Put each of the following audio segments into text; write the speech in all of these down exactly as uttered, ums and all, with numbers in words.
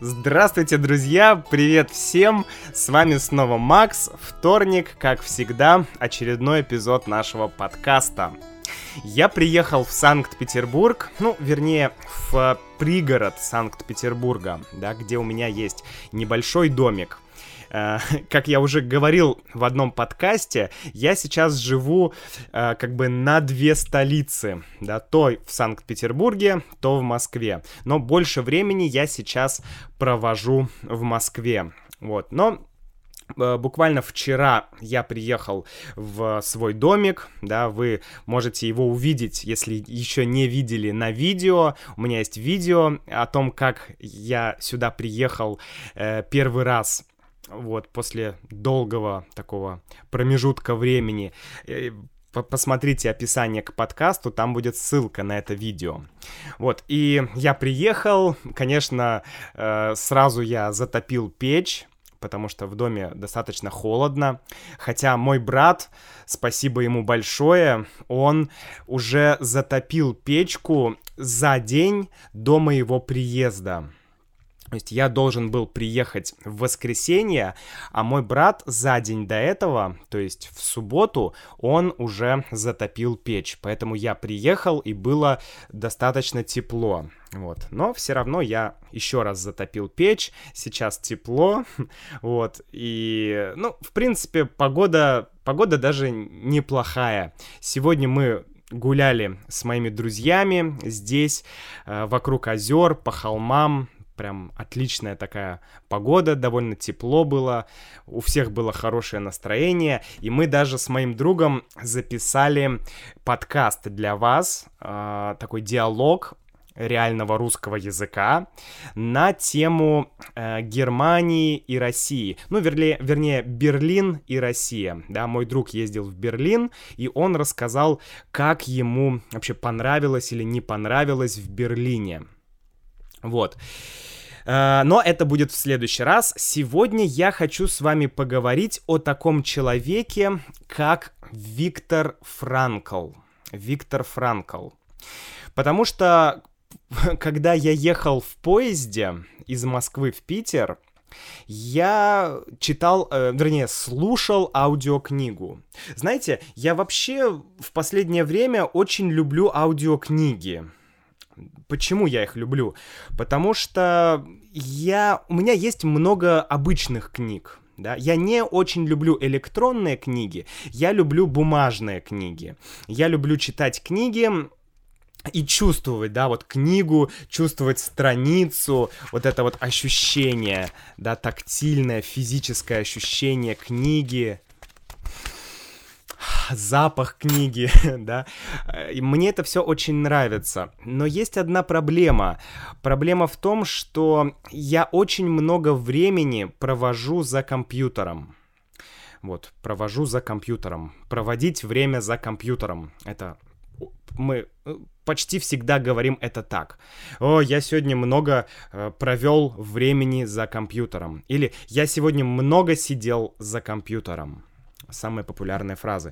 Здравствуйте, друзья! Привет всем! С вами снова Макс. Вторник, как всегда, очередной эпизод нашего подкаста. Я приехал в Санкт-Петербург, ну, вернее, в пригород Санкт-Петербурга, да, где у меня есть небольшой домик. Как я уже говорил в одном подкасте, я сейчас живу э, как бы на две столицы, да, то в Санкт-Петербурге, то в Москве. Но больше времени я сейчас провожу в Москве, вот. Но э, буквально вчера я приехал в свой домик, да, вы можете его увидеть, если еще не видели, на видео. У меня есть видео о том, как я сюда приехал э, первый раз. Вот, после долгого такого промежутка времени. Посмотрите описание к подкасту, там будет ссылка на это видео. Вот, и я приехал, конечно, сразу я затопил печь, потому что в доме достаточно холодно. Хотя мой брат, спасибо ему большое, он уже затопил печку за день до моего приезда. То есть я должен был приехать в воскресенье, а мой брат за день до этого, то есть в субботу, он уже затопил печь. Поэтому я приехал, и было достаточно тепло. Вот. Но все равно я еще раз затопил печь, сейчас тепло, вот, и, ну, в принципе, погода, погода даже неплохая. Сегодня мы гуляли с моими друзьями здесь, э, вокруг озер, по холмам. Прям отличная такая погода, довольно тепло было, у всех было хорошее настроение, и мы даже с моим другом записали подкаст для вас, э, такой диалог реального русского языка на тему э, Германии и России. Ну, вернее, вернее, Берлин и Россия. Да, мой друг ездил в Берлин, и он рассказал, как ему вообще понравилось или не понравилось в Берлине. Вот. Но это будет в следующий раз. Сегодня я хочу с вами поговорить о таком человеке, как Виктор Франкл. Виктор Франкл. Потому что, когда я ехал в поезде из Москвы в Питер, я читал, э, вернее, слушал аудиокнигу. Знаете, я вообще в последнее время очень люблю аудиокниги. Почему я их люблю? Потому что я... у меня есть много обычных книг. Да? Я не очень люблю электронные книги, я люблю бумажные книги. Я люблю читать книги и чувствовать, да, вот книгу, чувствовать страницу, вот это вот ощущение, да, тактильное, физическое ощущение книги. Запах книги, да, и мне это все очень нравится, но есть одна проблема. Проблема в том, что я очень много времени провожу за компьютером. Вот, провожу за компьютером. Проводить время за компьютером. Это мы почти всегда говорим это так. О, я сегодня много э, провел времени за компьютером. Или я сегодня много сидел за компьютером. Самые популярные фразы.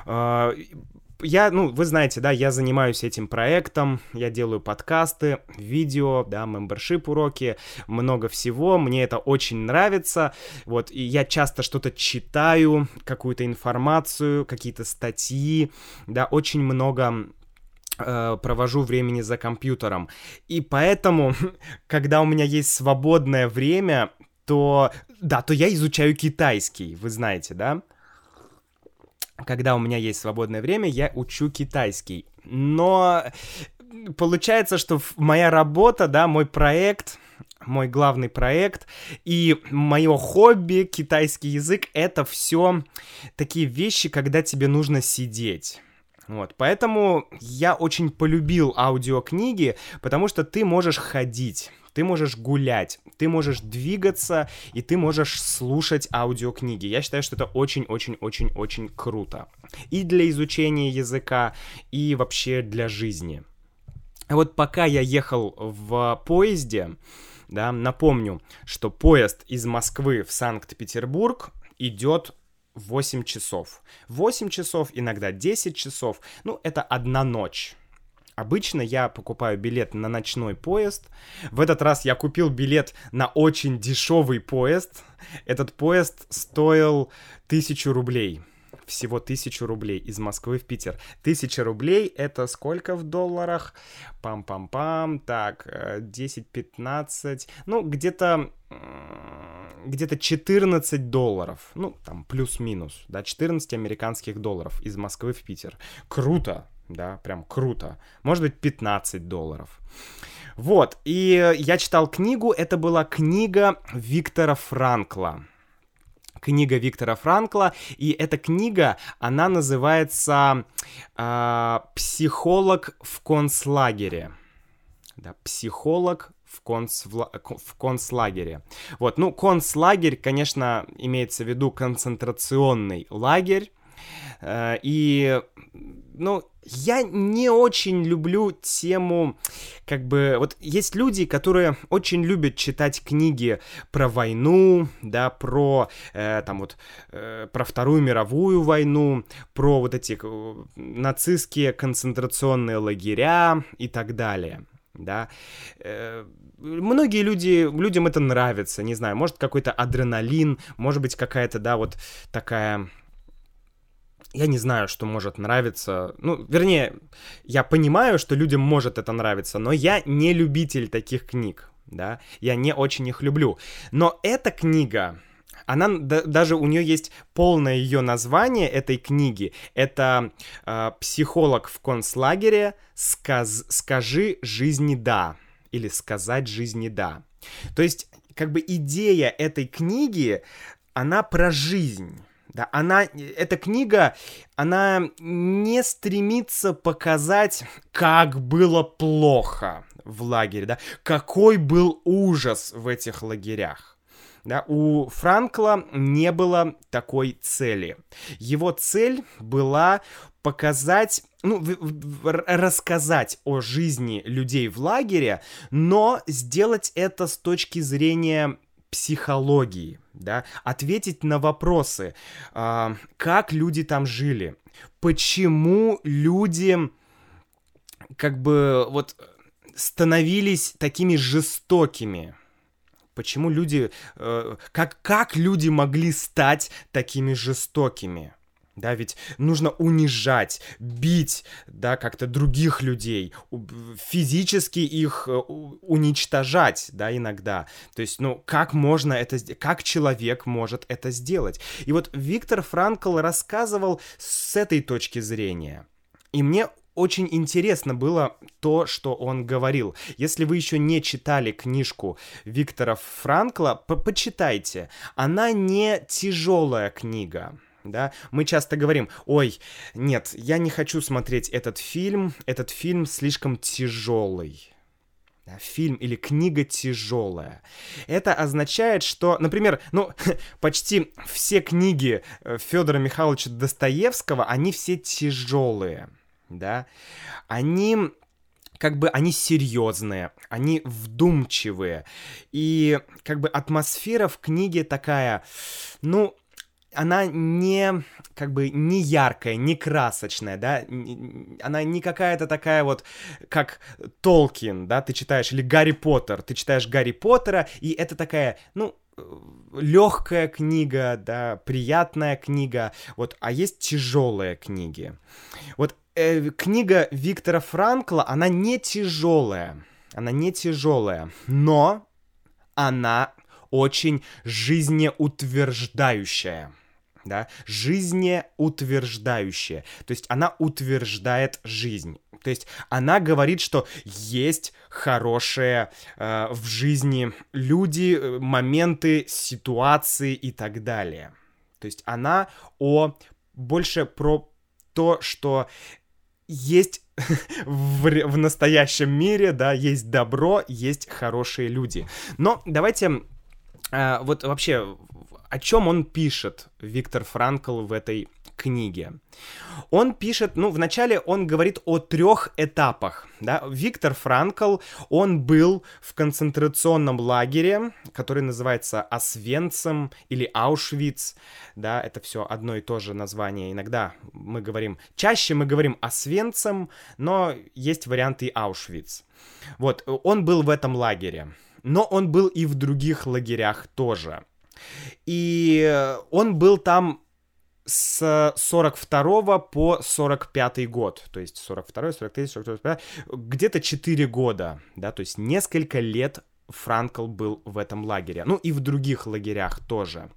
Я, ну, вы знаете, да, я занимаюсь этим проектом, я делаю подкасты, видео, да, мембершип уроки, много всего, мне это очень нравится, вот, и я часто что-то читаю, какую-то информацию, какие-то статьи, да, очень много э, провожу времени за компьютером, и поэтому, когда у меня есть свободное время, то, да, то я изучаю китайский, вы знаете, да? Когда у меня есть свободное время, я учу китайский. Но получается, что моя работа, да, мой проект, мой главный проект и мое хобби, китайский язык, это все такие вещи, когда тебе нужно сидеть. Вот, поэтому я очень полюбил аудиокниги, потому что ты можешь ходить, ты можешь гулять, ты можешь двигаться, и ты можешь слушать аудиокниги. Я считаю, что это очень-очень-очень-очень круто. И для изучения языка, и вообще для жизни. Вот пока я ехал в поезде, да, напомню, что поезд из Москвы в Санкт-Петербург идет восемь часов. восемь часов, иногда десять часов. Ну, это одна ночь. Обычно я покупаю билет на ночной поезд. В этот раз я купил билет на очень дешевый поезд. Этот поезд стоил тысячу рублей. Всего тысячу рублей из Москвы в Питер. Тысяча рублей — это сколько в долларах? Пам-пам-пам. Так, десять-пятнадцать. Ну, где-то... где-то четырнадцать долларов. Ну, там, плюс-минус. Да, четырнадцать американских долларов из Москвы в Питер. Круто. Да, прям круто. Может быть, пятнадцать долларов. Вот, и я читал книгу. Это была книга Виктора Франкла. Книга Виктора Франкла, и эта книга, она называется э, «Психолог в концлагере». Да, «Психолог в, концвла... в концлагере». Вот, ну, концлагерь, конечно, имеется в виду концентрационный лагерь. Э, и, ну, я не очень люблю тему, как бы, вот есть люди, которые очень любят читать книги про войну, да, про, э, там вот, э, про Вторую мировую войну, про вот эти э, нацистские концентрационные лагеря и так далее, да. Э, многие люди, людям это нравится, не знаю, может какой-то адреналин, может быть какая-то, да, вот такая... Я не знаю, что может нравиться. Ну, вернее, я понимаю, что людям может это нравиться, но я не любитель таких книг, да. Я не очень их люблю. Но эта книга, она, да, даже у нее есть полное ее название этой книги. Это э, «Психолог в концлагере. Сказ... Скажи жизни да». Или «Сказать жизни да». То есть, как бы идея этой книги, она про жизнь. Да, она, эта книга, она не стремится показать, как было плохо в лагере, да, какой был ужас в этих лагерях. Да, у Франкла не было такой цели. Его цель была показать, ну, в, в, рассказать о жизни людей в лагере, но сделать это с точки зрения психологии, да, ответить на вопросы, э, как люди там жили, почему люди, как бы, вот, становились такими жестокими, почему люди, э, как, как люди могли стать такими жестокими. Да, ведь нужно унижать, бить, да, как-то других людей, физически их уничтожать, да, иногда. То есть, ну, как можно это сделать, как человек может это сделать? И вот Виктор Франкл рассказывал с этой точки зрения. И мне очень интересно было то, что он говорил. Если вы еще не читали книжку Виктора Франкла, по- почитайте. Она не тяжелая книга. Да, мы часто говорим: ой, нет, я не хочу смотреть этот фильм, этот фильм слишком тяжелый. Да, фильм или книга тяжелая. Это означает, что, например, ну, почти все книги Федора Михайловича Достоевского, они все тяжелые, да, они... как бы они серьезные, они вдумчивые, и как бы атмосфера в книге такая, ну... она не, как бы, не яркая, не красочная, да, она не какая-то такая вот, как Толкин, да, ты читаешь, или Гарри Поттер, ты читаешь Гарри Поттера, и это такая, ну, легкая книга, да, приятная книга, вот, а есть тяжелые книги. Вот э, книга Виктора Франкла, она не тяжелая, она не тяжелая, но она очень жизнеутверждающая. Да, жизнеутверждающая. То есть она утверждает жизнь. То есть она говорит, что есть хорошие э, в жизни люди, моменты, ситуации и так далее. То есть она о больше про то, что есть в, в настоящем мире, да, есть добро, есть хорошие люди. Но давайте э, вот вообще... о чем он пишет, Виктор Франкл, в этой книге. Он пишет, ну, вначале он говорит о трех этапах, да. Виктор Франкл, он был в концентрационном лагере, который называется Освенцим или Аушвиц, да, это все одно и то же название. Иногда мы говорим, чаще мы говорим Освенцим, но есть варианты и Аушвиц. Вот, он был в этом лагере, но он был и в других лагерях тоже. И он был там с сорок второго по сорок пятый год, то есть сорок второй, сорок третий, сорок пятый, где-то четыре года, да, то есть несколько лет Франкл был в этом лагере, ну и в других лагерях тоже.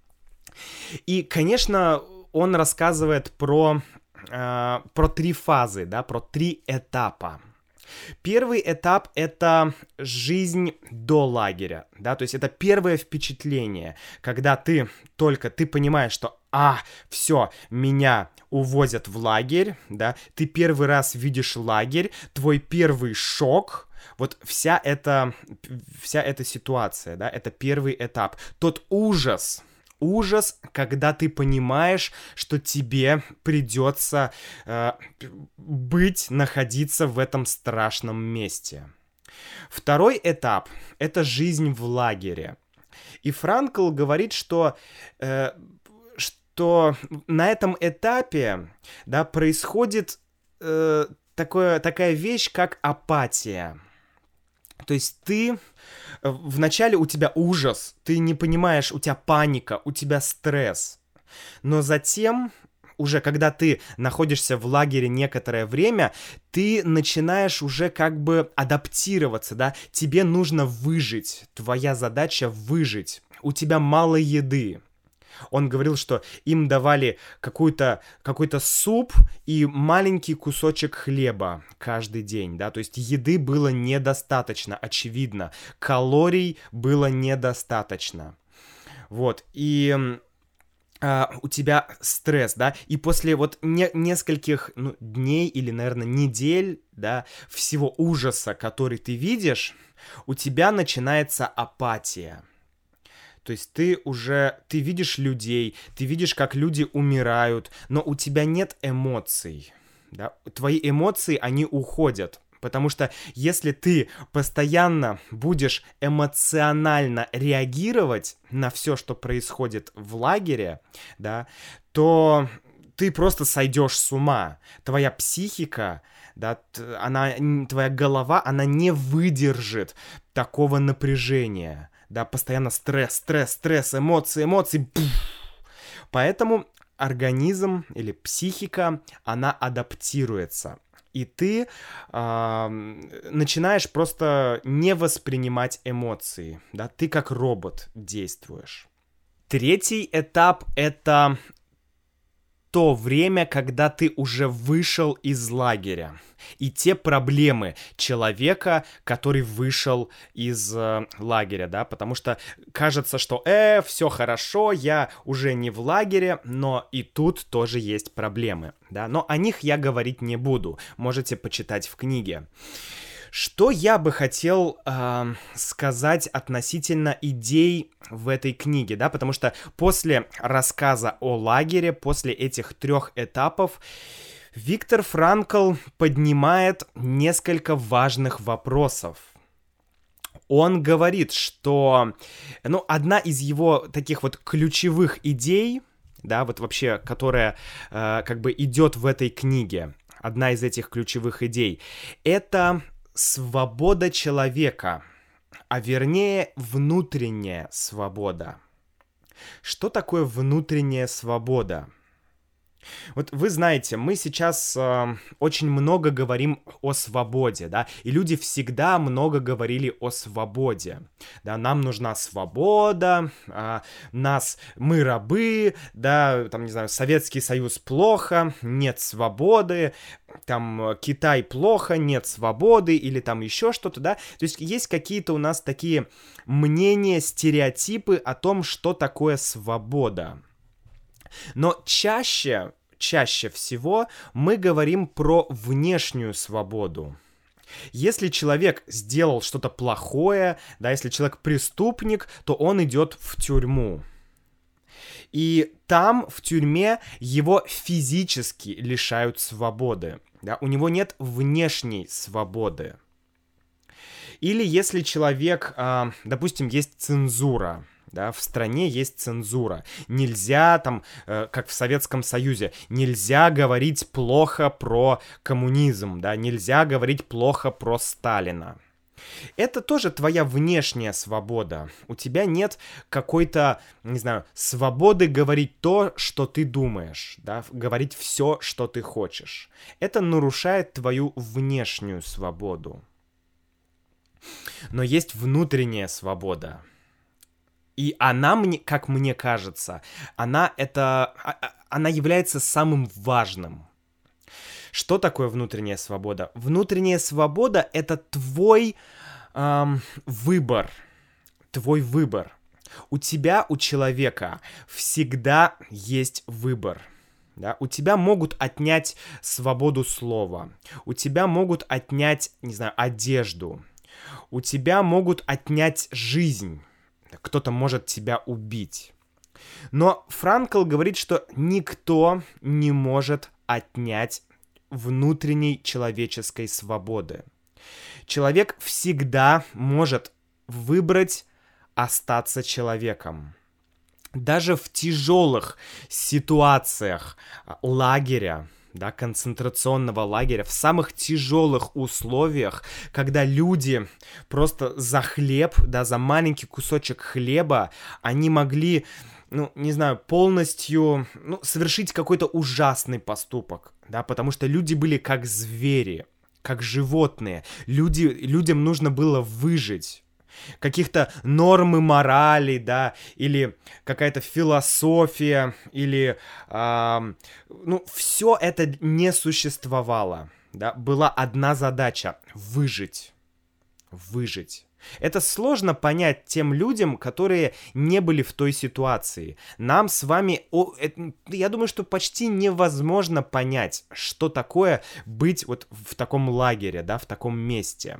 И, конечно, он рассказывает про, э, про три фазы, да, про три этапа. Первый этап — это жизнь до лагеря, да, то есть это первое впечатление, когда ты только, ты понимаешь, что, а, все, меня увозят в лагерь, да, ты первый раз видишь лагерь, твой первый шок, вот вся эта, вся эта ситуация, да, это первый этап, тот ужас, Ужас, когда ты понимаешь, что тебе придется э, быть, находиться в этом страшном месте. Второй этап — это жизнь в лагере. И Франкл говорит, что, э, что на этом этапе, да, происходит э, такое, такая вещь, как апатия. То есть ты... Вначале у тебя ужас, ты не понимаешь, у тебя паника, у тебя стресс. Но затем, уже когда ты находишься в лагере некоторое время, ты начинаешь уже как бы адаптироваться, да? Тебе нужно выжить, твоя задача выжить. У тебя мало еды. Он говорил, что им давали какой-то, какой-то суп и маленький кусочек хлеба каждый день, да, то есть еды было недостаточно, очевидно, калорий было недостаточно, вот, и а, у тебя стресс, да, и после вот не, нескольких ну, дней или, наверное, недель, да, всего ужаса, который ты видишь, у тебя начинается апатия. То есть ты уже, ты видишь людей, ты видишь, как люди умирают, но у тебя нет эмоций, да? Твои эмоции, они уходят, потому что если ты постоянно будешь эмоционально реагировать на все, что происходит в лагере, да, то ты просто сойдешь с ума. Твоя психика, да, она, твоя голова, она не выдержит такого напряжения. Да, постоянно стресс, стресс, стресс, эмоции, эмоции. Пфф. Поэтому организм или психика, она адаптируется. И ты э, начинаешь просто не воспринимать эмоции. Да? Ты как робот действуешь. Третий этап — это то время, когда ты уже вышел из лагеря. И те проблемы человека, который вышел из э, лагеря, да, потому что кажется, что, э, все хорошо, я уже не в лагере, но и тут тоже есть проблемы, да, но о них я говорить не буду, можете почитать в книге. Что я бы хотел э, сказать относительно идей в этой книге, да, потому что после рассказа о лагере, после этих трех этапов, Виктор Франкл поднимает несколько важных вопросов. Он говорит, что, ну, одна из его таких вот ключевых идей, да, вот вообще, которая э, как бы идет в этой книге, одна из этих ключевых идей, это свобода человека, а вернее внутренняя свобода. Что такое внутренняя свобода? Вот вы знаете, мы сейчас э, очень много говорим о свободе, да, и люди всегда много говорили о свободе, да, нам нужна свобода, э, нас, мы рабы, да, там, не знаю, Советский Союз плохо, нет свободы, там, Китай плохо, нет свободы, или там еще что-то, да, то есть есть какие-то у нас такие мнения, стереотипы о том, что такое свобода. Но чаще, чаще всего мы говорим про внешнюю свободу. Если человек сделал что-то плохое, да, если человек преступник, то он идет в тюрьму. И там, в тюрьме, его физически лишают свободы. Да? У него нет внешней свободы. Или если человек, э, допустим, есть цензура, да, в стране есть цензура. Нельзя там, э, как в Советском Союзе, нельзя говорить плохо про коммунизм, да, нельзя говорить плохо про Сталина. Это тоже твоя внешняя свобода. У тебя нет какой-то, не знаю, свободы говорить то, что ты думаешь, да, говорить все, что ты хочешь. Это нарушает твою внешнюю свободу. Но есть внутренняя свобода. И она, мне, как мне кажется, она, это, она является самым важным. Что такое внутренняя свобода? Внутренняя свобода — это твой эм, выбор. Твой выбор. У тебя, у человека всегда есть выбор. Да? У тебя могут отнять свободу слова. У тебя могут отнять, не знаю, одежду. У тебя могут отнять жизнь. Кто-то может тебя убить. Но Франкл говорит, что никто не может отнять внутренней человеческой свободы. Человек всегда может выбрать остаться человеком. Даже в тяжелых ситуациях лагеря, да, концентрационного лагеря, в самых тяжелых условиях, когда люди просто за хлеб, да, за маленький кусочек хлеба, они могли, ну, не знаю, полностью, ну, совершить какой-то ужасный поступок, да, потому что люди были как звери, как животные, люди, людям нужно было выжить. Каких-то нормы морали, да, или какая-то философия, или, э, ну, все это не существовало, да, была одна задача — выжить, выжить. Это сложно понять тем людям, которые не были в той ситуации. Нам с вами, о, это, я думаю, что почти невозможно понять, что такое быть вот в таком лагере, да, в таком месте.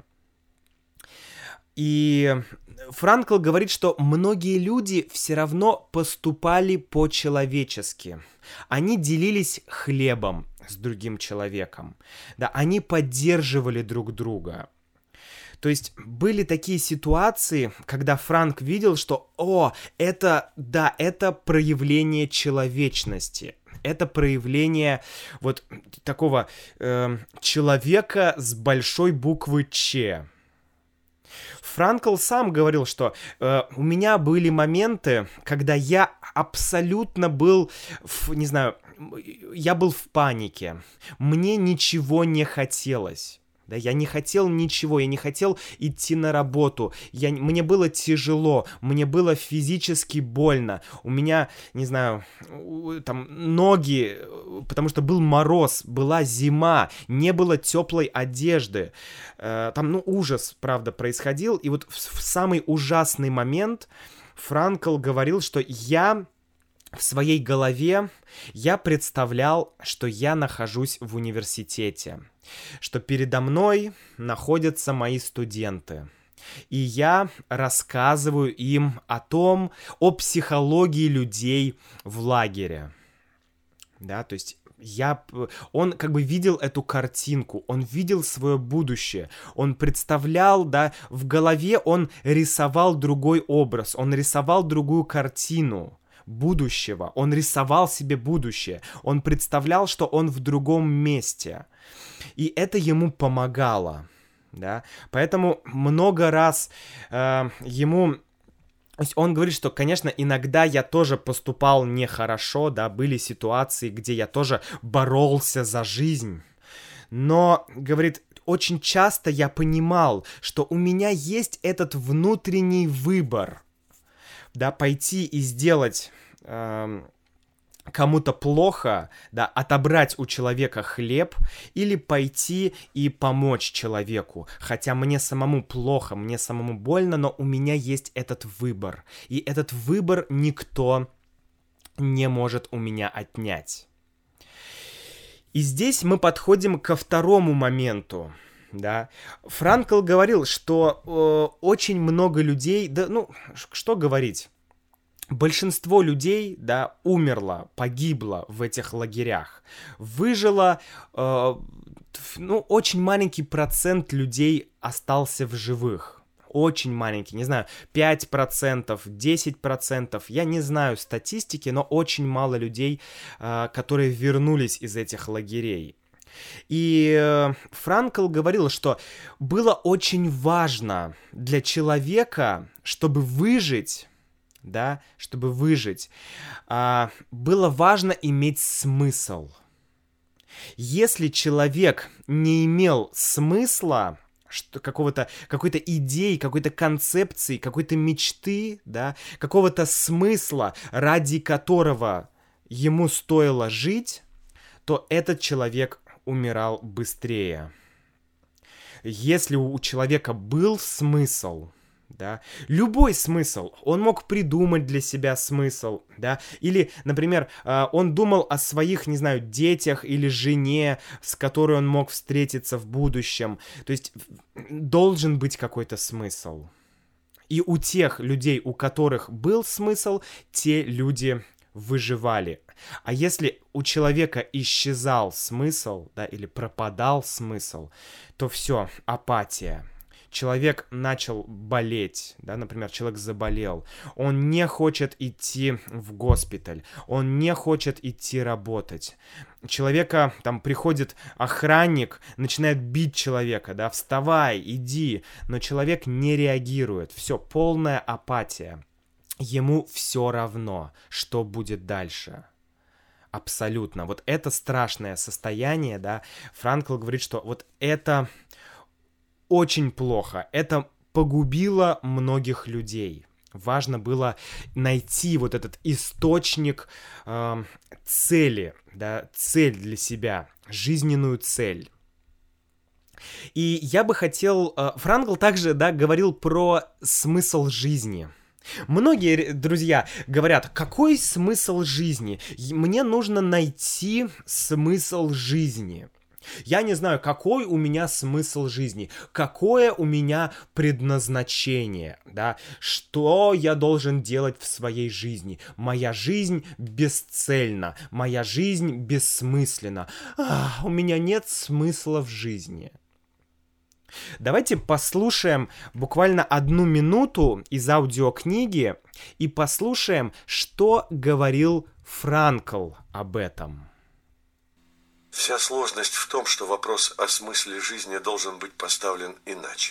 И Франкл говорит, что многие люди все равно поступали по-человечески. Они делились хлебом с другим человеком. Да, они поддерживали друг друга. То есть были такие ситуации, когда Франк видел, что, о, это, да, это проявление человечности. Это проявление вот такого э, человека с большой буквы Ч. Франкл сам говорил, что э, у меня были моменты, когда я абсолютно был, в, не знаю, я был в панике. Мне ничего не хотелось. Да, я не хотел ничего, я не хотел идти на работу, я, мне было тяжело, мне было физически больно, у меня, не знаю, там ноги, потому что был мороз, была зима, не было теплой одежды, э, там, ну, ужас, правда, происходил, и вот в, в самый ужасный момент Франкл говорил, что я... В своей голове я представлял, что я нахожусь в университете, что передо мной находятся мои студенты, и я рассказываю им о том, о психологии людей в лагере. Да, то есть я, он как бы видел эту картинку, он видел свое будущее, он представлял, да, в голове он рисовал другой образ, он рисовал другую картину будущего, он рисовал себе будущее, он представлял, что он в другом месте, и это ему помогало, да, поэтому много раз э, ему, то есть он говорит, что, конечно, иногда я тоже поступал нехорошо, да, были ситуации, где я тоже боролся за жизнь, но, говорит, очень часто я понимал, что у меня есть этот внутренний выбор, да, пойти и сделать э, кому-то плохо, да, отобрать у человека хлеб, или пойти и помочь человеку, хотя мне самому плохо, мне самому больно, но у меня есть этот выбор, и этот выбор никто не может у меня отнять. И здесь мы подходим ко второму моменту. Да, Франкл говорил, что э, очень много людей, да, ну, что говорить, большинство людей, да, умерло, погибло в этих лагерях. Выжило, э, ну, очень маленький процент людей остался в живых. Очень маленький, не знаю, пять процентов, десять процентов, я не знаю статистики, но очень мало людей, э, которые вернулись из этих лагерей. И э, Франкл говорил, что было очень важно для человека, чтобы выжить, да, чтобы выжить, а, было важно иметь смысл. Если человек не имел смысла, что, какого-то, какой-то идеи, какой-то концепции, какой-то мечты, да, какого-то смысла, ради которого ему стоило жить, то этот человек умирал быстрее. Если у человека был смысл, да, любой смысл, он мог придумать для себя смысл, да, или, например, он думал о своих, не знаю, детях или жене, с которой он мог встретиться в будущем, то есть должен быть какой-то смысл. И у тех людей, у которых был смысл, те люди выживали. А если у человека исчезал смысл, да, или пропадал смысл, то все, апатия. Человек начал болеть, да, например, человек заболел, он не хочет идти в госпиталь, он не хочет идти работать. Человека, там, приходит охранник, начинает бить человека, да, вставай, иди, но человек не реагирует, все, полная апатия. Ему все равно, что будет дальше. Абсолютно. Вот это страшное состояние, да, Франкл говорит, что вот это очень плохо, это погубило многих людей. Важно было найти вот этот источник э, цели, да, цель для себя, жизненную цель. И я бы хотел... Э, Франкл также, да, говорил про смысл жизни. Многие, друзья, говорят, какой смысл жизни? Мне нужно найти смысл жизни. Я не знаю, какой у меня смысл жизни, какое у меня предназначение, да, что я должен делать в своей жизни. Моя жизнь бесцельна, моя жизнь бессмысленна. Ах, у меня нет смысла в жизни. Давайте послушаем буквально одну минуту из аудиокниги и послушаем, что говорил Франкл об этом. Вся сложность в том, что вопрос о смысле жизни должен быть поставлен иначе.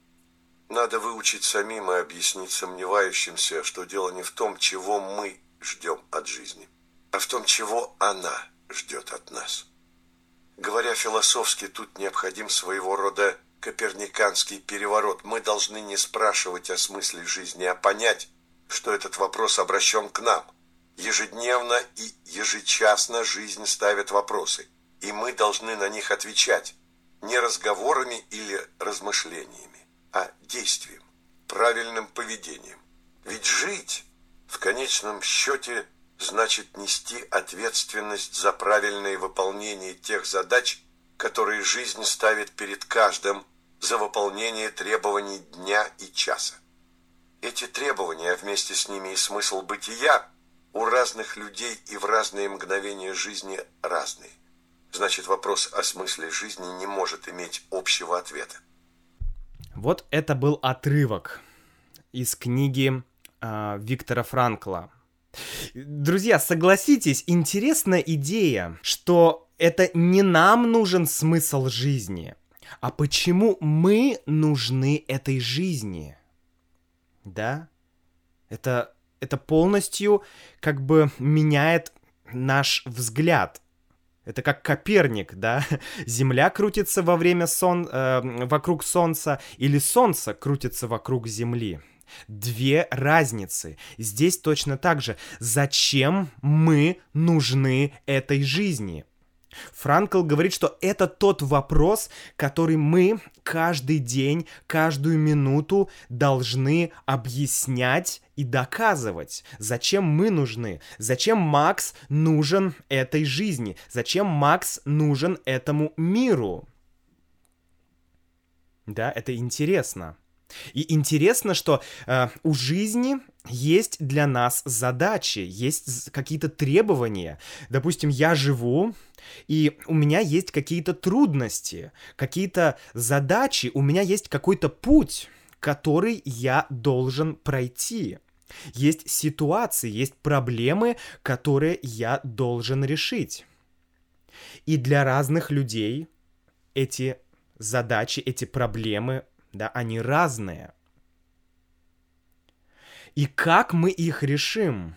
Надо выучить самим и объяснить сомневающимся, что дело не в том, чего мы ждем от жизни, а в том, чего она ждет от нас. Говоря философски, тут необходим своего рода коперниканский переворот. Мы должны не спрашивать о смысле жизни, а понять, что этот вопрос обращен к нам. Ежедневно и ежечасно жизнь ставит вопросы, и мы должны на них отвечать не разговорами или размышлениями, а действием, правильным поведением. Ведь жить в конечном счете значит нести ответственность за правильное выполнение тех задач, которые жизнь ставит перед каждым, за выполнение требований дня и часа. Эти требования, а вместе с ними и смысл бытия, у разных людей и в разные мгновения жизни разные. Значит, вопрос о смысле жизни не может иметь общего ответа. Вот это был отрывок из книги э, Виктора Франкла. Друзья, согласитесь, интересная идея, что это не нам нужен смысл жизни, а почему мы нужны этой жизни. Да? Это, это полностью как бы меняет наш взгляд. Это как Коперник, да? Земля крутится во время сон... э, вокруг Солнца, или Солнце крутится вокруг Земли. Две разницы. Здесь точно так же. Зачем мы нужны этой жизни? Франкл говорит, что это тот вопрос, который мы каждый день, каждую минуту должны объяснять и доказывать. Зачем мы нужны? Зачем Макс нужен этой жизни? Зачем Макс нужен этому миру? Да, это интересно. И интересно, что э, у жизни есть для нас задачи, есть какие-то требования. Допустим, я живу, и у меня есть какие-то трудности, какие-то задачи, у меня есть какой-то путь, который я должен пройти. Есть ситуации, есть проблемы, которые я должен решить. И для разных людей эти задачи, эти проблемы, да, они разные. И как мы их решим?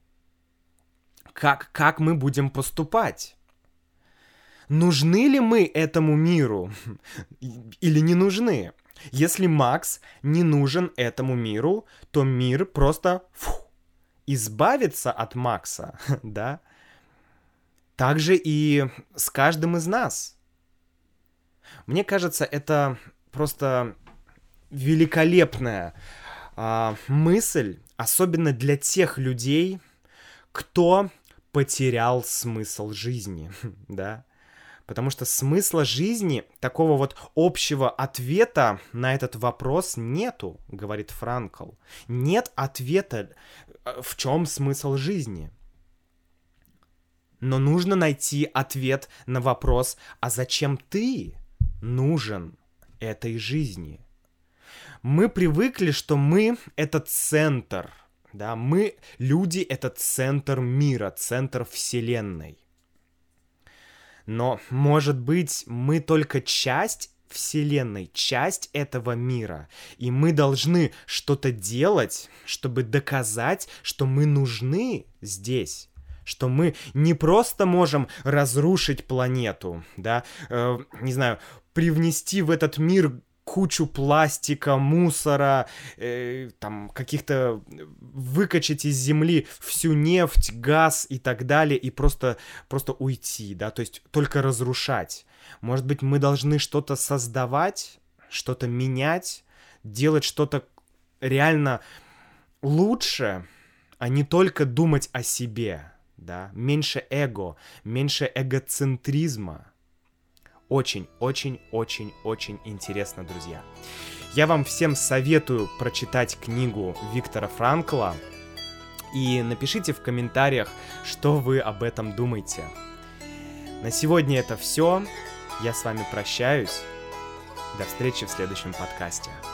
Как, как мы будем поступать? Нужны ли мы этому миру или не нужны? Если Макс не нужен этому миру, то мир просто фу, избавится от Макса, да? Так же и с каждым из нас. Мне кажется, это просто великолепная а, мысль, особенно для тех людей, кто потерял смысл жизни, да? Потому что смысла жизни, такого вот общего ответа на этот вопрос нету, говорит Франкл. Нет ответа, в чем смысл жизни. Но нужно найти ответ на вопрос, а зачем ты нужен этой жизни? Мы привыкли, что мы — это центр, да, мы, люди, это центр мира, центр вселенной. Но, может быть, мы только часть вселенной, часть этого мира, и мы должны что-то делать, чтобы доказать, что мы нужны здесь, что мы не просто можем разрушить планету, да, э, не знаю, привнести в этот мир кучу пластика, мусора, э, там, каких-то... выкачать из земли всю нефть, газ и так далее, и просто, просто уйти, да, то есть только разрушать. Может быть, мы должны что-то создавать, что-то менять, делать что-то реально лучше, а не только думать о себе, да, меньше эго, меньше эгоцентризма. Очень-очень-очень-очень интересно, друзья. Я вам всем советую прочитать книгу Виктора Франкла и напишите в комментариях, что вы об этом думаете. На сегодня это все. Я с вами прощаюсь. До встречи в следующем подкасте.